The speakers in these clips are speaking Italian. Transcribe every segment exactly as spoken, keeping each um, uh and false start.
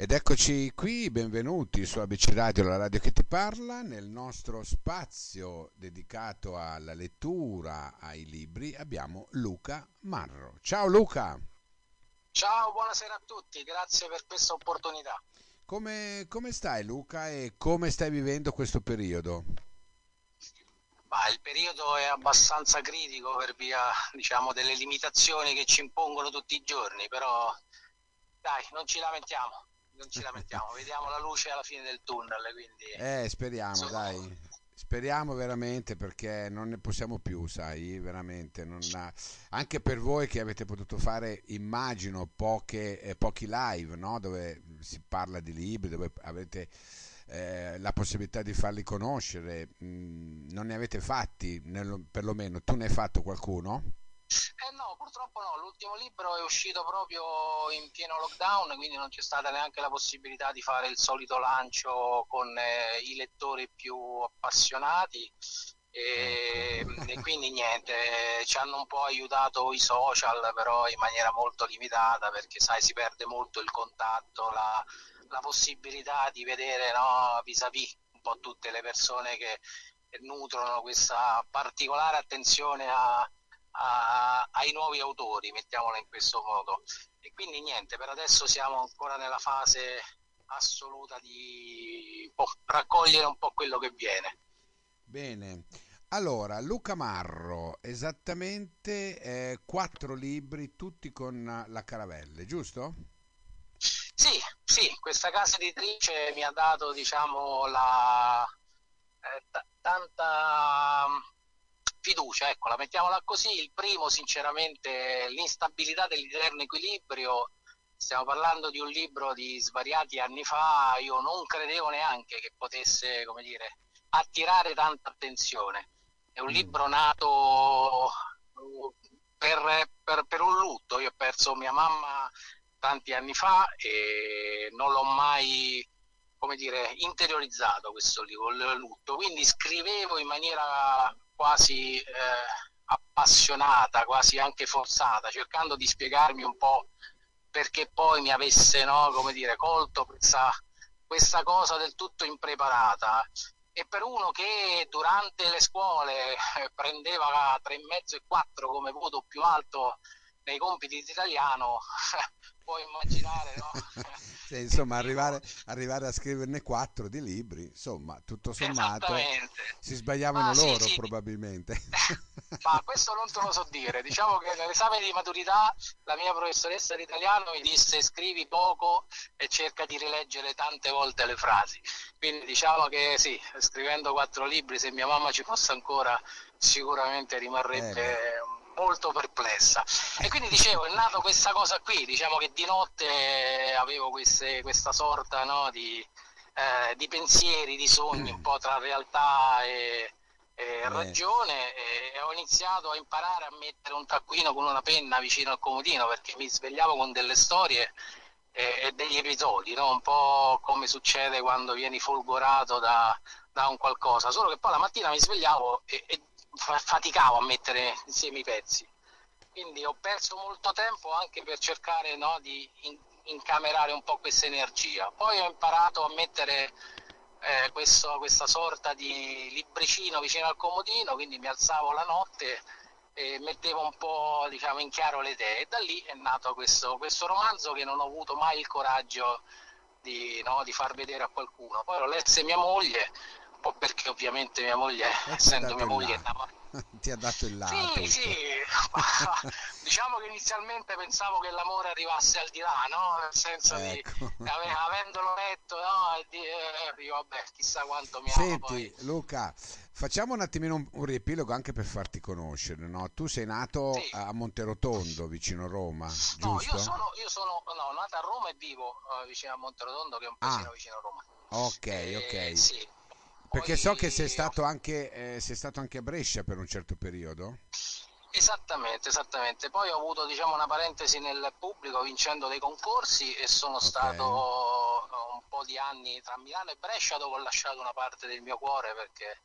Ed eccoci qui, benvenuti su A B C Radio, la radio che ti parla, nel nostro spazio dedicato alla lettura, ai libri, abbiamo Luca Marro. Ciao Luca, Ciao, buonasera a tutti, grazie per questa opportunità. come, come stai Luca e come stai vivendo questo periodo? Ma il periodo è abbastanza critico per via, diciamo, delle limitazioni che ci impongono tutti i giorni, però dai, non ci lamentiamo, non ci lamentiamo, vediamo la luce alla fine del tunnel, quindi Eh, speriamo, insomma, dai. Speriamo veramente perché non ne possiamo più, sai, veramente. Non ha- Anche per voi che avete potuto fare, immagino, poche, eh, pochi live, no? Dove si parla di libri, dove avete eh, la possibilità di farli conoscere. Mm, non ne avete fatti, nel- perlomeno tu ne hai fatto qualcuno? Eh no, purtroppo no, l'ultimo libro è uscito proprio in pieno lockdown, quindi non c'è stata neanche la possibilità di fare il solito lancio con eh, i lettori più appassionati Ecco. e, e quindi niente, eh, ci hanno un po' aiutato i social, però in maniera molto limitata perché sai si perde molto il contatto, la, la possibilità di vedere no, vis-à-vis un po' tutte le persone che nutrono questa particolare attenzione a a- ai nuovi autori, mettiamola in questo modo. E quindi niente, per adesso siamo ancora nella fase assoluta di boh, raccogliere un po' quello che viene. Bene. Allora, Luca Marro, esattamente eh, quattro libri, tutti con la Caravelle, giusto? Sì, sì, questa casa editrice mi ha dato, diciamo, la, eh, t- tanta mm, fiducia, eccola, mettiamola così. Il primo, sinceramente, l'instabilità dell'eterno equilibrio. Stiamo parlando di un libro di svariati anni fa, io non credevo neanche che potesse, come dire, attirare tanta attenzione. È un Mm. libro nato per, per, per un lutto, io ho perso mia mamma tanti anni fa e non l'ho mai, come dire, interiorizzato questo libro, il lutto, quindi scrivevo in maniera quasi eh, appassionata, quasi anche forzata, cercando di spiegarmi un po' perché poi mi avesse, no, come dire, colto questa, questa cosa del tutto impreparata. E per uno che durante le scuole eh, prendeva tre e mezzo e quattro come voto più alto nei compiti di italiano, puoi immaginare, no? Sì, Che insomma, tipo, arrivare, arrivare a scriverne quattro di libri, insomma, tutto sommato esattamente. si sbagliavano Ma sì, loro sì, probabilmente. ma questo non te lo so dire. Diciamo che nell'esame di maturità la mia professoressa di italiano mi disse scrivi poco e cerca di rileggere tante volte le frasi. Quindi diciamo che sì, scrivendo quattro libri, se mia mamma ci fosse ancora, sicuramente Eh beh. rimarrebbe molto perplessa. E quindi dicevo, è nato questa cosa qui, diciamo che di notte avevo queste- questa sorta no, di, eh, di pensieri, di sogni un po' tra realtà e, e Beh, ragione e ho iniziato a imparare a mettere un taccuino con una penna vicino al comodino perché mi svegliavo con delle storie e, e degli episodi, no? Un po' come succede quando vieni folgorato da, da un qualcosa, solo che poi la mattina mi svegliavo e, e fa- faticavo a mettere insieme i pezzi. Quindi ho perso molto tempo anche per cercare no, di in- incamerare un po' questa energia. Poi ho imparato a mettere eh, questo- questa sorta di libricino vicino al comodino, quindi mi alzavo la notte e mettevo un po' diciamo, in chiaro le idee. E da lì è nato questo, questo romanzo che non ho avuto mai il coraggio di, no, di far vedere a qualcuno. Poi lo lesse mia moglie, un po' perché ovviamente mia moglie, e ti ha essendo dato mia il moglie là, innamorata, ti ha dato il là a sì, sì, tutto. diciamo che inizialmente pensavo che l'amore arrivasse al di là, no? Nel senso di Ecco. ave- avendolo letto, no? E di, eh, dico, vabbè, chissà quanto mi ama poi. Senti, Luca, facciamo un attimino un, un riepilogo anche per farti conoscere, no? Tu sei nato Sì, a Monterotondo, vicino Roma, no, io giusto? sono, io sono no, nato a Roma e vivo eh, vicino a Monterotondo, che è un paesino Ah, vicino a Roma. ok, E, ok. sì, Perché so che sei poi ho stato anche, eh, sei stato anche a Brescia per un certo periodo. Esattamente, esattamente. Poi ho avuto diciamo, una parentesi nel pubblico vincendo dei concorsi e sono Ok. stato eh, un po' di anni tra Milano e Brescia dove ho lasciato una parte del mio cuore perché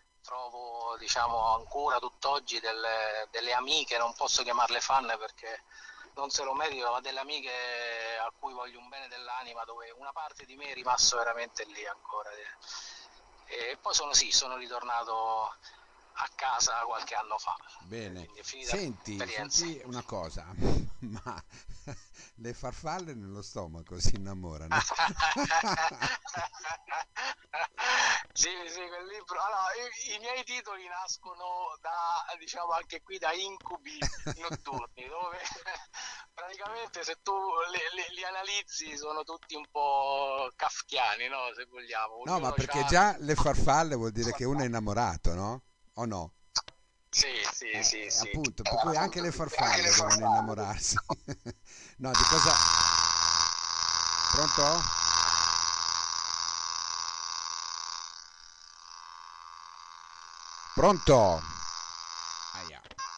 trovo diciamo, ancora tutt'oggi delle, delle amiche, non posso chiamarle fan perché non se lo meritano, ma delle amiche a cui voglio un bene dell'anima, dove una parte di me è rimasto veramente lì ancora. E poi sono sì, sono ritornato a casa qualche anno fa, Bene, quindi è finita senti, l'esperienza. senti una cosa, ma le farfalle nello stomaco si innamorano? Sì, sì, quel libro. Allora, i, i miei titoli nascono da, diciamo, anche qui da incubi notturni, dove praticamente se tu li, li- li analizzi sono tutti un po' kafkiani, no? Se vogliamo, No, ma ognuno perché ha. già le farfalle vuol dire che uno è innamorato, no? O no? Sì, sì, Eh, sì, eh, sì. appunto, Eh, per cui anche appunto, le anche le farfalle devono farfalle. innamorarsi. No, di cosa... Pronto? Pronto? Aia.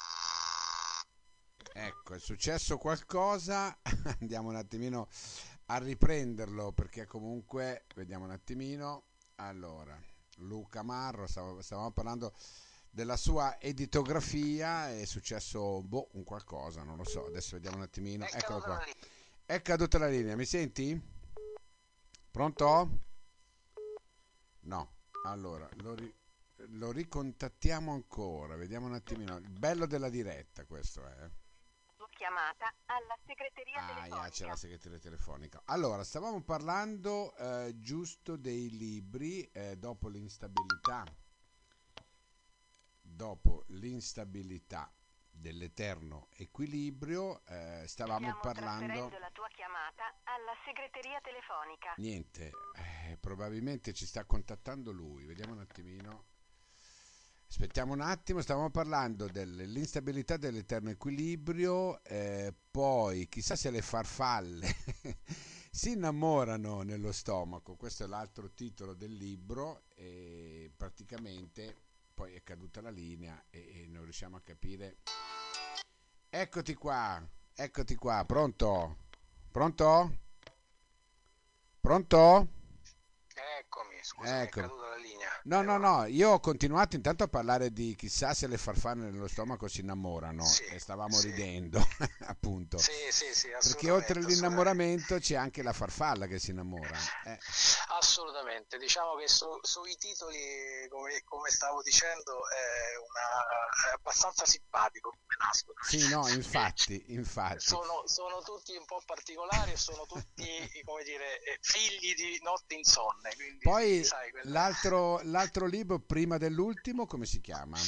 Ecco, è successo qualcosa. Andiamo un attimino a riprenderlo perché comunque, vediamo un attimino. Allora, Luca Marro, stav- stavamo parlando della sua editografia, è successo boh, un qualcosa, non lo so, adesso vediamo un attimino. È Eccolo caduta qua. la linea. È caduta la linea, mi senti? Pronto? No. Allora, lo, ri- lo ricontattiamo ancora, vediamo un attimino. Il bello della diretta questo è. Sua chiamata alla segreteria Ah, yeah, c'è la telefonica. segreteria telefonica. Allora, stavamo parlando eh, giusto dei libri eh, dopo l'instabilità, dopo l'instabilità dell'eterno equilibrio, eh, stavamo Stiamo parlando. trasferendo la tua chiamata alla segreteria telefonica. Niente, eh, probabilmente ci sta contattando lui. Vediamo un attimino. Aspettiamo un attimo, stavamo parlando dell'instabilità dell'eterno equilibrio, eh, poi chissà se le farfalle si innamorano nello stomaco, questo è l'altro titolo del libro e praticamente poi è caduta la linea e, e non riusciamo a capire. Eccoti qua, eccoti qua, pronto? Pronto? Pronto? Eccomi, scusami, è Ecco. caduta la linea. No, Eh, no, va. no, io ho continuato intanto a parlare di chissà se le farfalle nello stomaco si innamorano Sì, e stavamo sì, ridendo, appunto. sì, sì, sì, Perché oltre assolutamente, assolutamente. all'innamoramento c'è anche la farfalla che si innamora. Eh, Assolutamente, diciamo che su- sui titoli, come, come stavo dicendo, è, una- è abbastanza simpatico come nascono. sì, no, E infatti, infatti. sono, sono tutti un po' particolari e sono tutti, come dire, eh, figli di notti insonne, quindi sì, Poi sai, quelle. l'altro, l'altro libro prima dell'ultimo, come si chiama?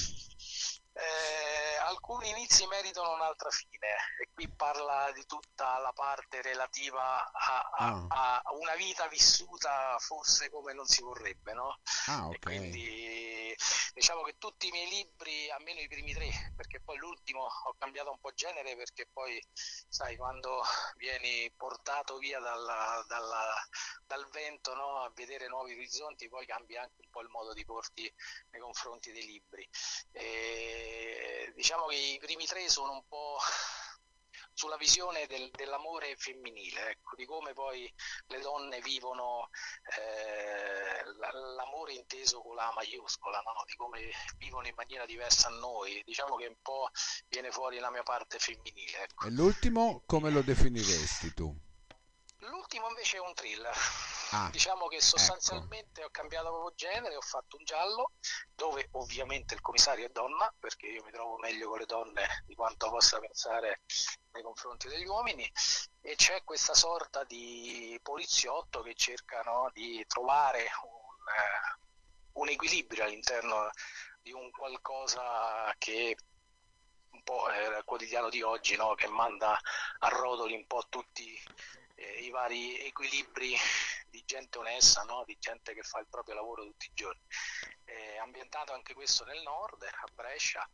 Eh, alcuni inizi meritano un'altra fine e qui parla di tutta la parte relativa a, Ah, a- a una vita vissuta forse come non si vorrebbe, no? ah, E ok. quindi diciamo che tutti i miei libri, almeno i primi tre, perché poi l'ultimo ho cambiato un po' genere perché poi, sai, quando vieni portato via dalla- dalla- dal vento, no, a vedere nuovi orizzonti, poi cambia anche un po' il modo di porti nei confronti dei libri. E diciamo che i primi tre sono un po' sulla visione del- dell'amore femminile, ecco, di come poi le donne vivono eh, l- l'amore inteso con la A maiuscola, no? Di come vivono in maniera diversa a noi, diciamo che un po' viene fuori la mia parte femminile, ecco. E l'ultimo come lo definiresti tu? L'ultimo invece è un thriller. Ah, Diciamo che ecco. sostanzialmente ho cambiato proprio genere, ho fatto un giallo dove ovviamente il commissario è donna, perché io mi trovo meglio con le donne di quanto possa pensare nei confronti degli uomini, e c'è questa sorta di poliziotto che cerca, no, di trovare un, eh, un equilibrio all'interno di un qualcosa che un po' è il quotidiano di oggi, no? Che manda a rotoli un po' tutti eh, i vari equilibri di gente onesta, no? Di gente che fa il proprio lavoro tutti i giorni. È ambientato anche questo nel nord, a Brescia,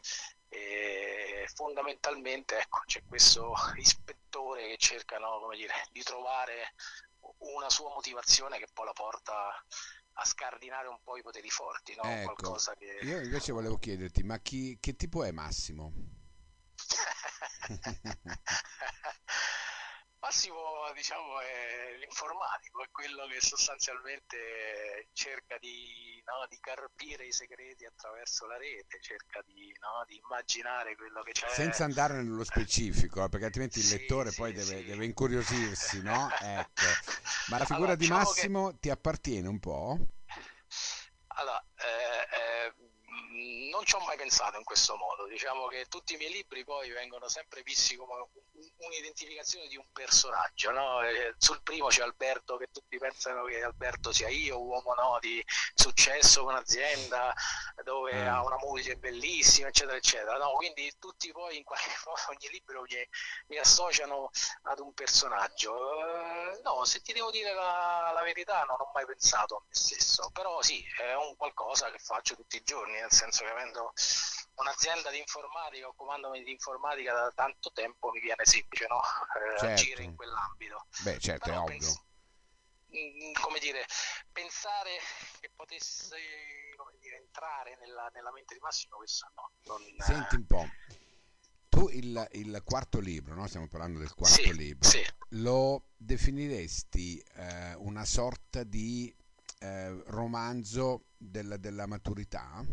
e fondamentalmente ecco, c'è questo ispettore che cerca, no, come dire, di trovare una sua motivazione che poi la porta a scardinare un po' i poteri forti, no? Ecco, Qualcosa che. io invece volevo chiederti, ma chi, che tipo è Massimo? Ma Massimo, diciamo, è l'informatico, è quello che sostanzialmente cerca di, no, di carpire i segreti attraverso la rete, cerca di, no, di immaginare quello che c'è. Senza andare nello specifico, eh, perché altrimenti il Sì, lettore poi sì, deve, sì. deve incuriosirsi, no? Ecco. Ma la figura Allora, di diciamo che Massimo ti appartiene un po'? allora, eh, eh, mh, non ci ho mai pensato in questo modo. Diciamo che tutti i miei libri poi vengono sempre visti come un- un'identificazione di un personaggio, no? Eh, sul primo c'è Alberto, che tutti pensano che Alberto sia io, uomo, no, di successo con azienda, dove Ah, ha una moglie bellissima, eccetera, eccetera. No? Quindi tutti poi in qualche modo ogni libro mi, mi associano ad un personaggio. Eh, no, se ti devo dire la, la verità, non ho mai pensato a me stesso, però sì, è un qualcosa che faccio tutti i giorni, nel senso che avendo un'azienda di informatica, occupandomi di informatica da tanto tempo, mi viene semplice, no? Eh, agire in certo. quell'ambito. Beh, certo, è Però ovvio. pens- mm, come dire, pensare che potesse, come dire, entrare nella, nella mente di Massimo, questo no. Non, Senti eh, un po', tu il, il quarto libro, no? Stiamo parlando del sì, quarto libro, sì. lo definiresti eh, una sorta di eh, romanzo del- della maturità?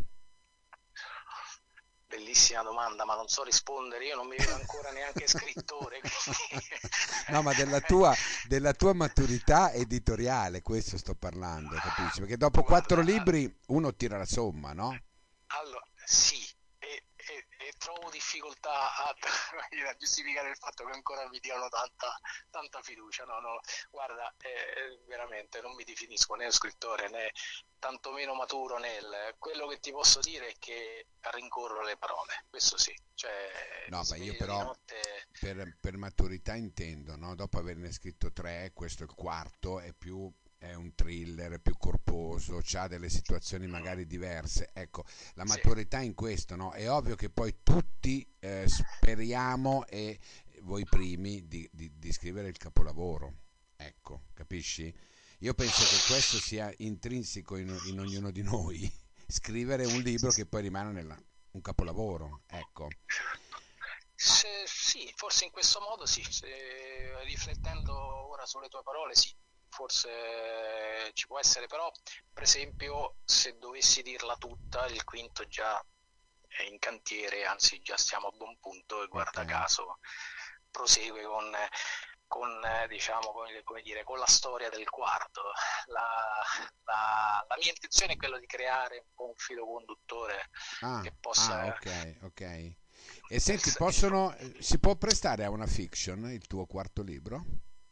Bellissima domanda, ma non so rispondere, io non mi vedo ancora neanche scrittore, quindi... No, ma della tua, della tua maturità editoriale, questo sto parlando, capisci? Perché dopo quattro Guarda, libri uno tira la somma, no? allora, sì, e, e- e trovo difficoltà a, a giustificare il fatto che ancora mi diano tanta, tanta fiducia. No, no, guarda, eh, veramente non mi definisco né scrittore né tantomeno maturo nel... Quello che ti posso dire è che rincorro le parole, questo sì, cioè No, mi ma io sveglio di però notte... per, per maturità intendo, no? Dopo averne scritto tre, questo è il quarto, è più è un thriller, è più corposo, ha delle situazioni Mm, magari diverse. Ecco, la sì, maturità in questo, no? È ovvio che poi tutti eh, speriamo e voi primi di, di, di scrivere il capolavoro. Ecco, capisci? Io penso che questo sia intrinseco in, in ognuno di noi, scrivere un libro che poi rimane nella, un capolavoro, ecco. Ah, Se- sì, forse in questo modo sì, se- riflettendo ora sulle tue parole, sì, forse ci può essere, però per esempio se dovessi dirla tutta, il quinto già è in cantiere, anzi già stiamo a buon punto e ok. guarda caso prosegue con, con, eh, diciamo, come, come dire, con la storia del quarto. La, la- la mia intenzione è quella di creare un po' un filo conduttore Ah, che ah, possa ok, ok. E senti, essere... possono, eh, si può prestare a una fiction il tuo quarto libro?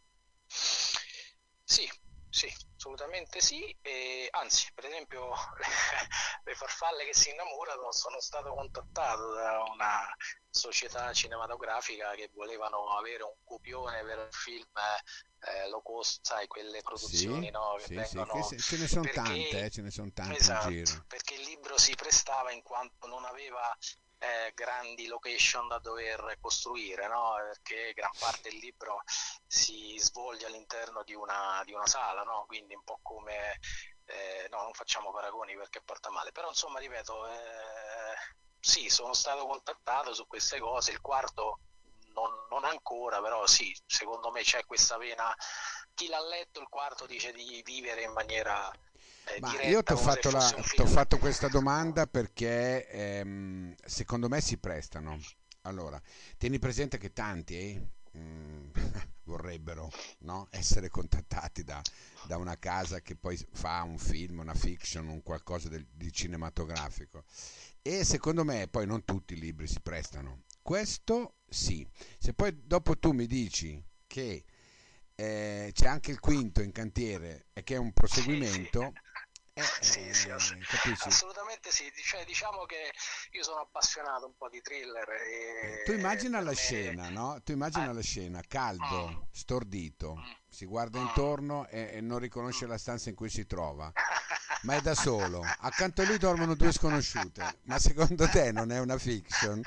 Sì, sì, assolutamente sì, e anzi, per esempio, le farfalle che si innamorano, sono stato contattato da una società cinematografica che volevano avere un copione per un film eh, low cost, sai, quelle Sì, produzioni, no, che sì, sì, che vengono se- ce ne sono tante, perché eh, ce ne sono tante in esatto, giro. perché il libro si prestava in quanto non aveva eh, grandi location da dover costruire, no? Perché gran parte del libro si svolge all'interno di una, di una sala, no? Quindi un po' come... eh, no, non facciamo paragoni perché porta male, però insomma, ripeto, eh, sì, sono stato contattato su queste cose, il quarto non, non ancora, però sì, secondo me c'è questa vena. Chi l'ha letto il quarto dice di vivere in maniera eh, Ma io ti diretta ho come se fatto, fosse la- un t'ho film. fatto questa domanda perché ehm, secondo me si prestano. Allora, tieni presente che tanti eh, mm, vorrebbero, no, essere contattati da, da una casa che poi fa un film, una fiction, un qualcosa del- di cinematografico. E secondo me poi non tutti i libri si prestano. Questo sì. Se poi dopo tu mi dici che eh, c'è anche il quinto in cantiere e che è un Sì, sì. proseguimento, eh, Sì, sì, ass- eh, capisci? assolutamente sì. Cioè, diciamo che io sono appassionato un po' di thriller Eh, tu e immagina per la me... scena, no? Tu Eh, immagina la scena, mm, caldo, stordito, mm, si guarda mm, intorno e, e non riconosce mm. la stanza in cui si trova, ma è da solo. Accanto a lui dormono due sconosciute. Ma secondo te non è una fiction?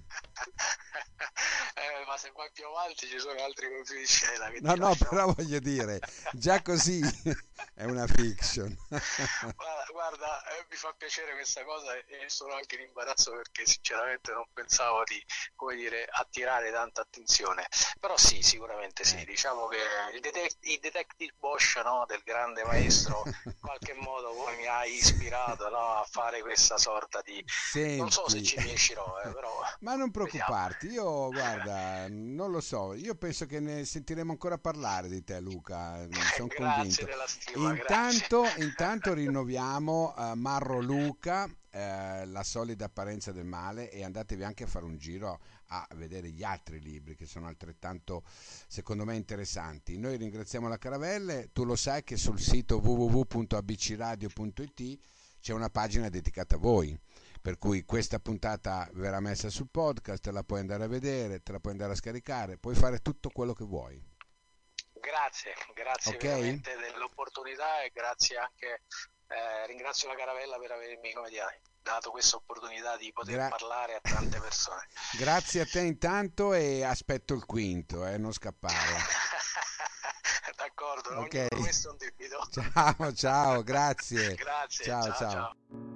Eh, ma se vai più avanti ci sono altri colpi di scena che No, ti no, lasciano. però voglio dire, già così è una fiction. Guarda, guarda, eh, mi fa piacere questa cosa e sono anche in imbarazzo perché sinceramente non pensavo di, come dire, attirare tanta attenzione. Però sì, sicuramente sì. Eh. Diciamo che il, detec- il Detective Bosch, no, del grande maestro, in qualche modo poi mi ha ispirato, no, a fare questa sorta di... Non so se Senti, ci riuscirò, eh, però ma non vediamo. preoccuparti, io guarda, non lo so, io penso che ne sentiremo ancora parlare di te, Luca, sono Grazie convinto. della stima, grazie. Intanto, intanto rinnoviamo eh, Marro Luca, eh, La solida apparenza del male, e andatevi anche a fare un giro a vedere gli altri libri che sono altrettanto, secondo me, interessanti. Noi ringraziamo la Caravelle, tu lo sai che sul sito w w w punto a b c radio punto i t c'è una pagina dedicata a voi, per cui questa puntata verrà messa sul podcast, la puoi andare a vedere, te la puoi andare a scaricare, puoi fare tutto quello che vuoi. Grazie, grazie Ok? veramente dell'opportunità e grazie anche, eh, ringrazio la Caravella per avermi, come dire, dato questa opportunità di poter Gra- parlare a tante persone. Grazie a te intanto e aspetto il quinto, eh, non scappare. D'accordo, non, Ok? questo è un debito. Ciao, ciao, grazie. Grazie, Ciao, ciao ciao. ciao.